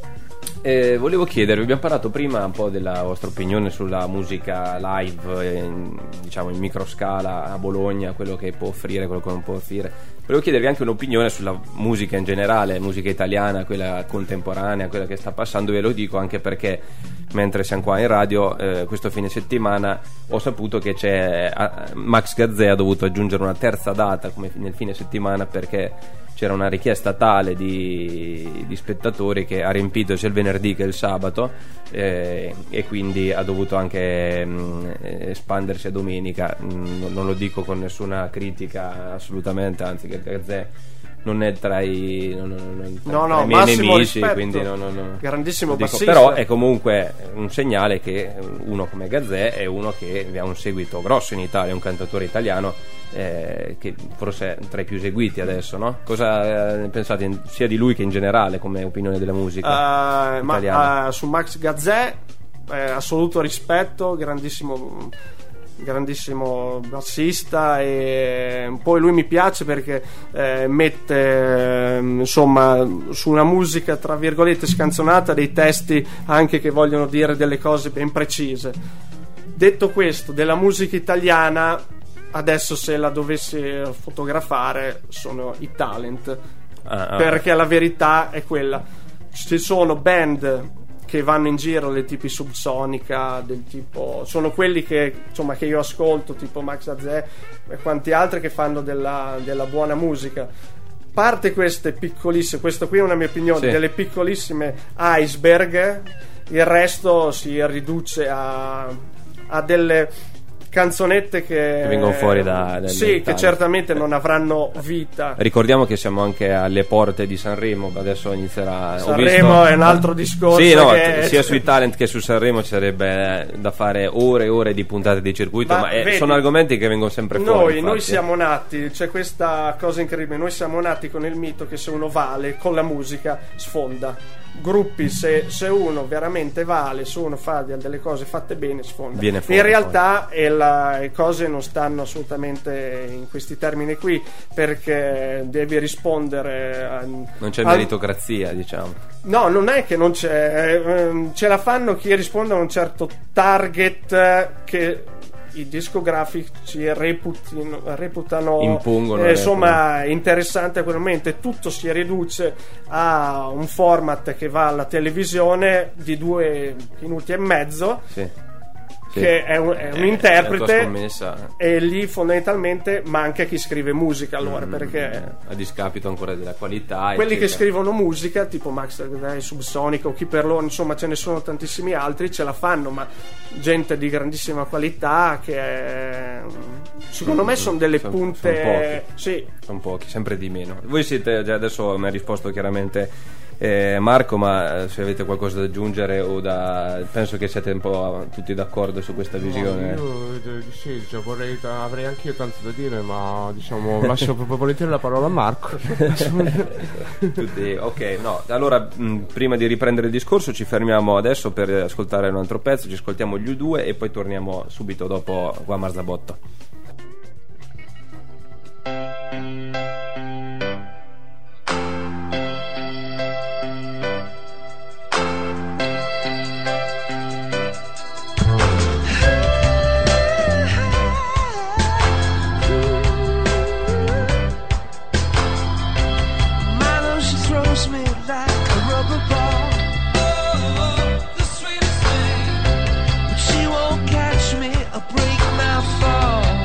Eh, volevo chiedervi, abbiamo parlato prima un po' della vostra opinione sulla musica live, in, diciamo in microscala a Bologna, quello che può offrire, quello che non può offrire. Volevo chiedervi anche un'opinione sulla musica in generale, musica italiana, quella contemporanea, quella che sta passando. Ve lo dico anche perché mentre siamo qua in radio, eh, questo fine settimana ho saputo che c'è eh, Max Gazzè ha dovuto aggiungere una terza data come nel fine settimana perché c'era una richiesta tale di, di spettatori che ha riempito sia il venerdì che il sabato, eh, e quindi ha dovuto anche mh, espandersi a domenica. Mh, non lo dico con nessuna critica, assolutamente, anzi che Gazzè non è tra i, non, non, non, tra no, no, i miei nemici, rispetto. Quindi non, non, non, grandissimo dico, bassista. però è comunque un segnale che uno come Gazzè è uno che ha un seguito grosso in Italia, un cantautore italiano eh, che forse è tra i più eseguiti adesso, no? Cosa ne pensate in, sia di lui che in generale come opinione della musica uh, italiana? Ma, uh, su Max Gazzè eh, assoluto rispetto, grandissimo grandissimo bassista, e poi lui mi piace perché eh, mette eh, insomma su una musica tra virgolette scanzonata dei testi anche che vogliono dire delle cose ben precise. Detto questo, della musica italiana adesso, se la dovessi fotografare, sono i Talent, ah, ah. perché la verità è quella: ci sono band che vanno in giro, le tipi Subsonica, del tipo, sono quelli che insomma che io ascolto, tipo Max Gazzè e quanti altri che fanno della, della buona musica. Parte queste piccolissime, questa qui è una mia opinione, sì. delle piccolissime iceberg, il resto si riduce a, a delle canzonette che, che vengono fuori da, da sì, che certamente non avranno vita. Ricordiamo che siamo anche alle porte di Sanremo, adesso inizierà. Sanremo ho visto... è un altro discorso. Sì, no, che... sia sui talent che su Sanremo ci sarebbe da fare ore e ore di puntate di circuito, ma, ma è, vedi, sono argomenti che vengono sempre noi, fuori. Noi siamo nati, c'è questa cosa incredibile, noi siamo nati con il mito che se uno vale con la musica sfonda. Gruppi, se, se uno veramente vale, se uno fa delle cose fatte bene, sfonda. Viene fuori, in realtà e la, le cose non stanno assolutamente in questi termini qui, perché devi rispondere a, non c'è a, meritocrazia, diciamo. No, non è che non c'è, eh, ce la fanno chi risponde a un certo target che i discografici reputino, reputano impongono, eh, insomma interessante a quel momento, e tutto si riduce a un format che va alla televisione di due minuti e mezzo, sì. che sì. è un, è un eh, interprete, è e lì fondamentalmente manca chi scrive musica, allora, mm, perché a discapito ancora della qualità, quelli eccetera. Che scrivono musica tipo Max Dai, Subsonica o chi per loro, insomma ce ne sono tantissimi altri, ce la fanno, ma gente di grandissima qualità che è, secondo me sono delle sono, punte, sono pochi. Sì, sono pochi, sempre di meno. Voi siete già, adesso mi ha risposto chiaramente Eh, Marco, ma se avete qualcosa da aggiungere o da, penso che siete un po' tutti d'accordo su questa visione. No, io sì, cioè, vorrei, avrei anche io tanto da dire, ma diciamo lascio proprio volentieri la parola a Marco. Tutti, ok, no, allora mh, prima di riprendere il discorso ci fermiamo adesso per ascoltare un altro pezzo, ci ascoltiamo gli U due e poi torniamo subito dopo qua a Marzabotto. Break my fall.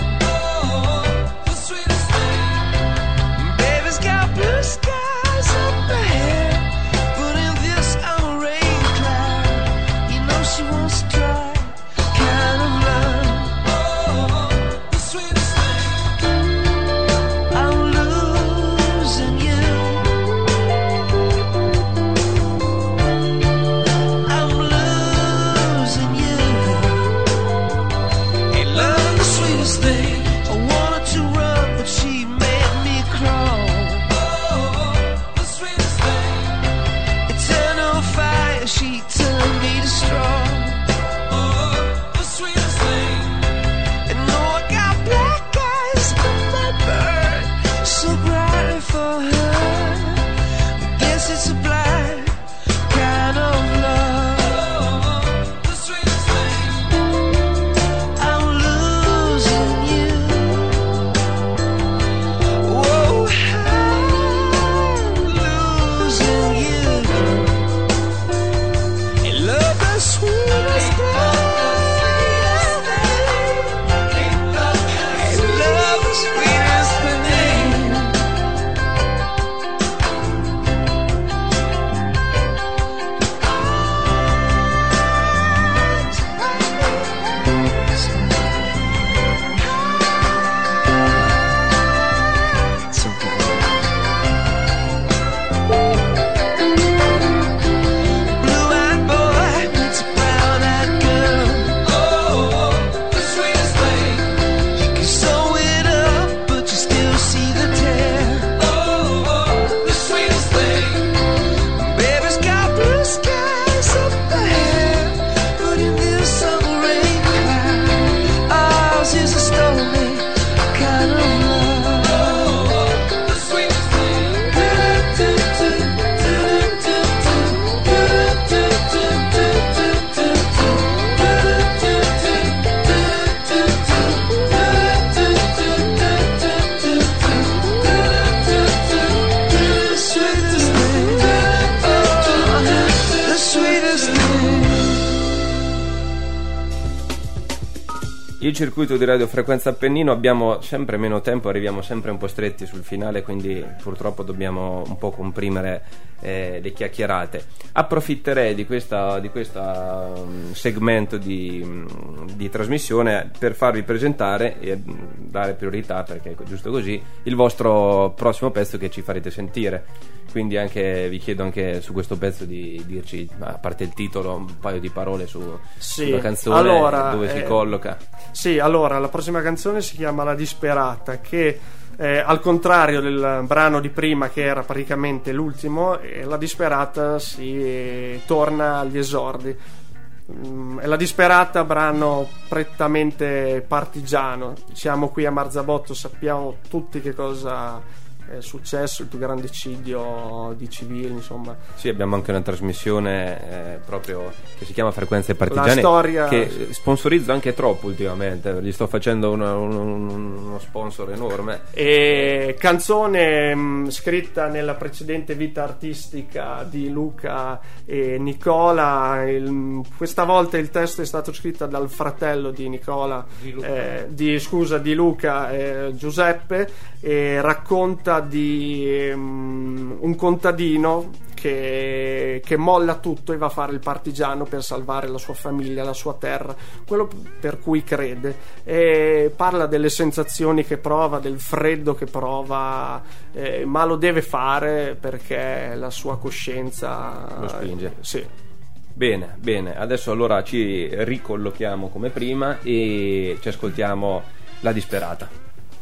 Il circuito di Radio Frequenza Appennino, abbiamo sempre meno tempo, arriviamo sempre un po' stretti sul finale, quindi purtroppo dobbiamo un po' comprimere eh, le chiacchierate. Approfitterei di questa di questo um, segmento di, um, di trasmissione per farvi presentare e dare priorità, perché è giusto così, il vostro prossimo pezzo che ci farete sentire. Quindi anche vi chiedo anche su questo pezzo di dirci, a parte il titolo, un paio di parole su, sì. sulla canzone, allora, dove si eh, colloca. Sì, allora la prossima canzone si chiama La Disperata, che eh, al contrario del brano di prima, che era praticamente l'ultimo, eh, La Disperata si eh, torna agli esordi. Mm, La Disperata, brano prettamente partigiano. Siamo qui a Marzabotto, sappiamo tutti che cosa è successo, il più grande eccidio di civili, insomma. Sì, abbiamo anche una trasmissione eh, proprio che si chiama Frequenze Partigiane, la storia, che sponsorizzo anche troppo ultimamente, gli sto facendo una, un, uno sponsor enorme. E canzone mh, scritta nella precedente vita artistica di Luca e Nicola. Il, questa volta il testo è stato scritto dal fratello di Nicola, di, eh, di scusa di Luca, eh, Giuseppe, e racconta di um, un contadino che, che molla tutto e va a fare il partigiano per salvare la sua famiglia, la sua terra, quello per cui crede, e parla delle sensazioni che prova, del freddo che prova, eh, ma lo deve fare perché la sua coscienza lo spinge. Eh, sì. Bene, bene, adesso allora ci ricollochiamo come prima e ci ascoltiamo La Disperata.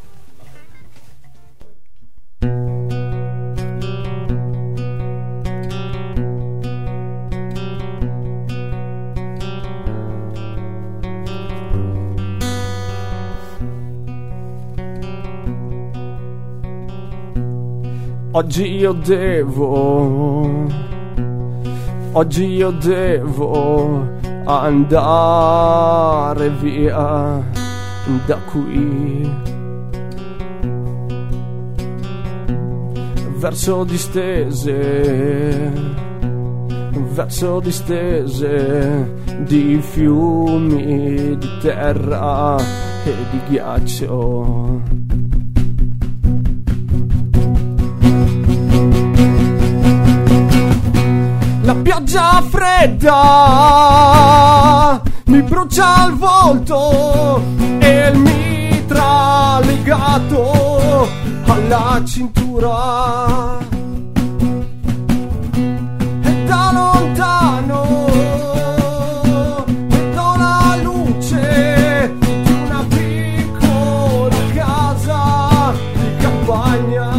Oggi io devo, oggi io devo andare via da qui, verso distese, verso distese di fiumi, di terra e di ghiaccio. La pioggia fredda mi brucia il volto e il mitra legato alla cintura. E da lontano vedo la luce di una piccola casa di campagna.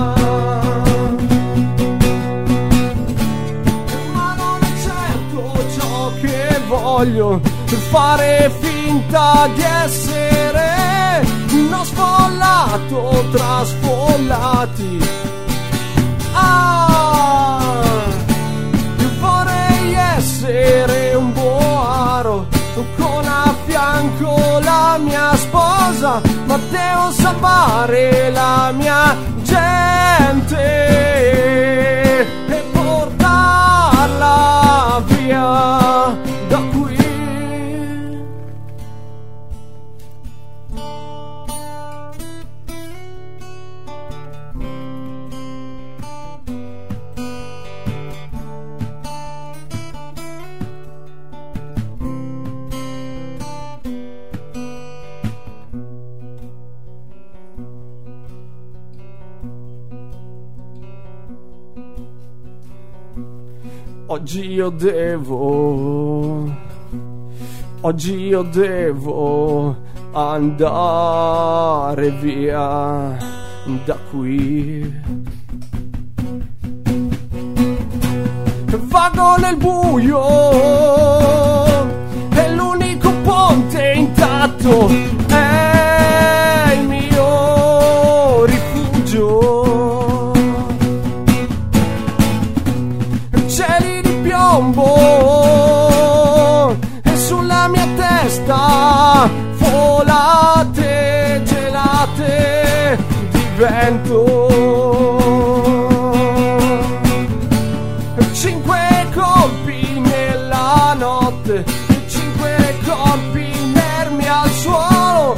Voglio fare finta di essere uno sfollato tra sfollati. Ah, io vorrei essere un boaro con a fianco la mia sposa, ma devo salvare la mia gente e portarla via da qui. Oggi io devo, oggi io devo andare via da qui. Vago nel buio, e l'unico ponte intatto è il mio rifugio. Cieli di piombo e sulla mia testa folate gelate di vento. Cinque colpi nella notte, cinque colpi inermi al suolo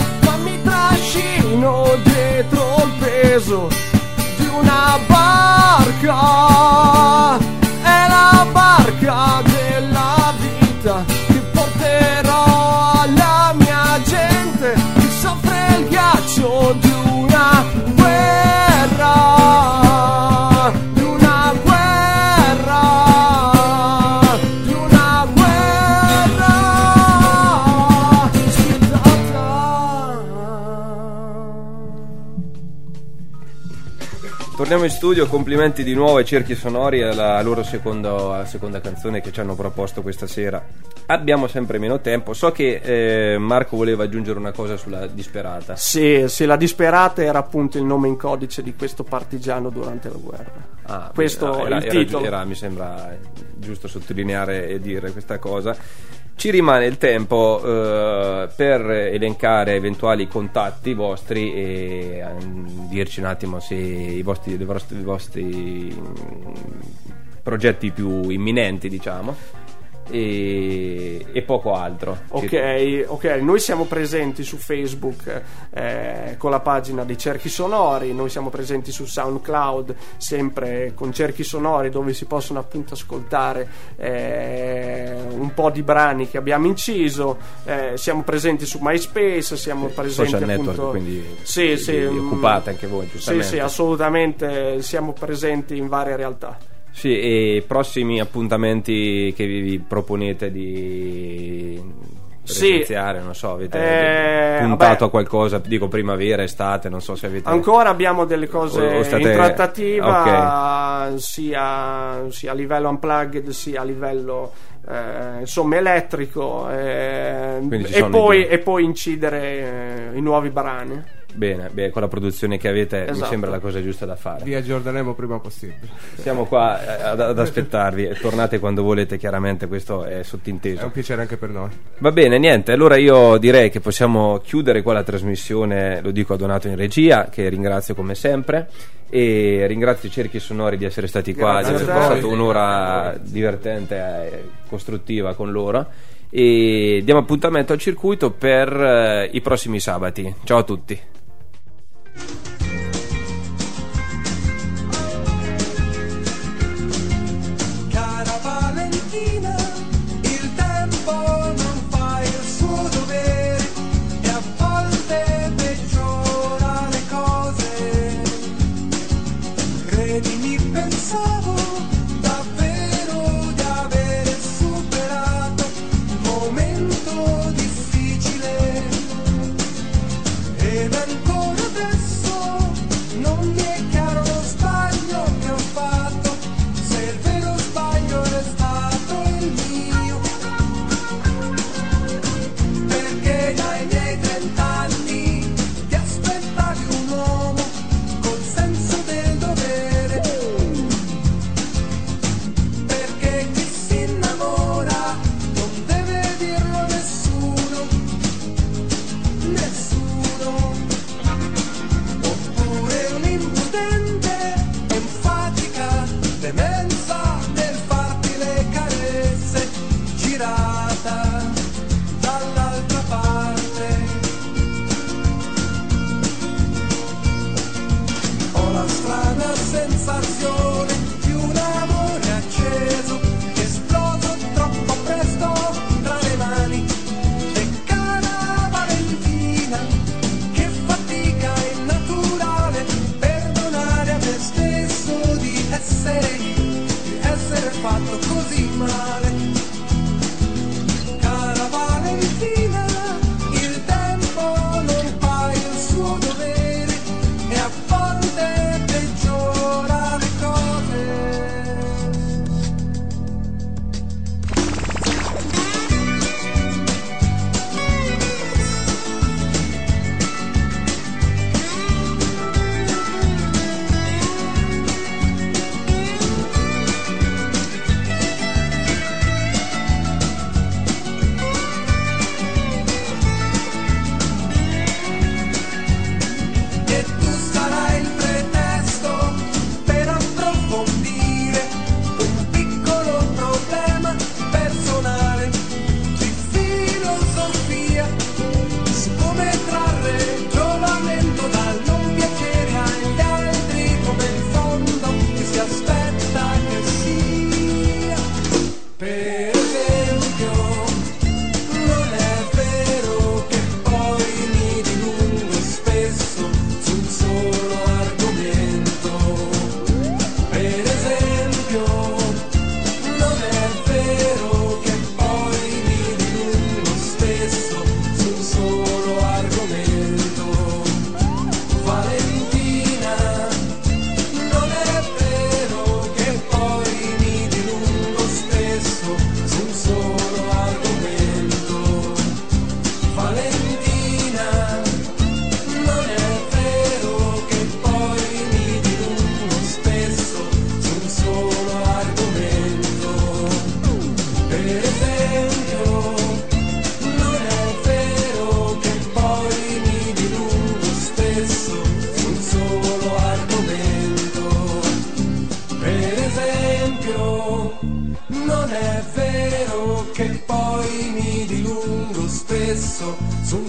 Torniamo in studio, complimenti di nuovo ai Cerchi Sonori, alla loro secondo, alla seconda canzone che ci hanno proposto questa sera. Abbiamo sempre meno tempo, so che eh, Marco voleva aggiungere una cosa sulla Disperata. Sì, sì, la Disperata era appunto il nome in codice di questo partigiano durante la guerra. Ah, questo era, è il era, titolo. Era, mi sembra giusto sottolineare e dire questa cosa. Ci rimane il tempo eh, per elencare eventuali contatti vostri e eh, dirci un attimo se i vostri, i vostri, i vostri progetti più imminenti, diciamo, e, e poco altro. Ok, ok, noi siamo presenti su Facebook eh, con la pagina dei Cerchi Sonori, noi siamo presenti su SoundCloud sempre con Cerchi Sonori, dove si possono appunto ascoltare eh, un po' di brani che abbiamo inciso, eh, siamo presenti su MySpace, siamo presenti social appunto, network, quindi sì, vi, sì, vi occupate anche voi, giustamente. Sì, sì, assolutamente, siamo presenti in varie realtà. Sì, e prossimi appuntamenti che vi, vi proponete di presenziare, sì, non so, avete eh, puntato vabbè, a qualcosa, dico primavera, estate, non so se avete... Ancora abbiamo delle cose o, o state... in trattativa, okay, sia, sia a livello unplugged sia a livello eh, insomma elettrico, eh, e, poi, e poi incidere eh, i nuovi brani. Bene, beh, con la produzione che avete, esatto, mi sembra la cosa giusta da fare. Vi aggiorneremo prima possibile. Siamo qua eh, ad, ad aspettarvi. Tornate quando volete, chiaramente, questo è sottinteso. È un piacere anche per noi. Va bene, niente, allora io direi che possiamo chiudere qua la trasmissione. Lo dico a Donato in regia, che ringrazio come sempre, e ringrazio i Cerchi Sonori di essere stati qua, Grazie di aver passato un'ora divertente e costruttiva con loro, e diamo appuntamento al circuito per eh, i prossimi sabati. Ciao a tutti. Cara Valentina, il tempo non fa il suo dovere e a volte peggiora le cose. Credimi, pensavo davvero di avere superato il momento difficile, ed ancora adesso non mi è chiaro lo sbaglio che ho fatto, se il vero sbaglio è stato il mio, perché dai miei trent'anni ti aspettavi un uomo col senso del dovere, perché chi si innamora non deve dirlo a nessuno, nessuno. Oppure un impudente, enfatica demenza nel farti le carezze, girata dall'altra parte. Ho la strana sensazione di un amore acceso che esploso troppo presto tra le mani. E cara Valentina, che fatica innaturale perdonare a me stesso di essere io, di essere fatto così male. Cara Valentina, il tempo non fa il suo dovere e a volte peggiora le cose.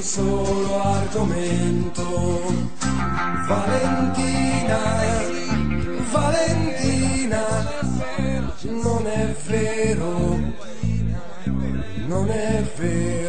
solo argomento. Valentina, Valentina, non è vero, non è vero.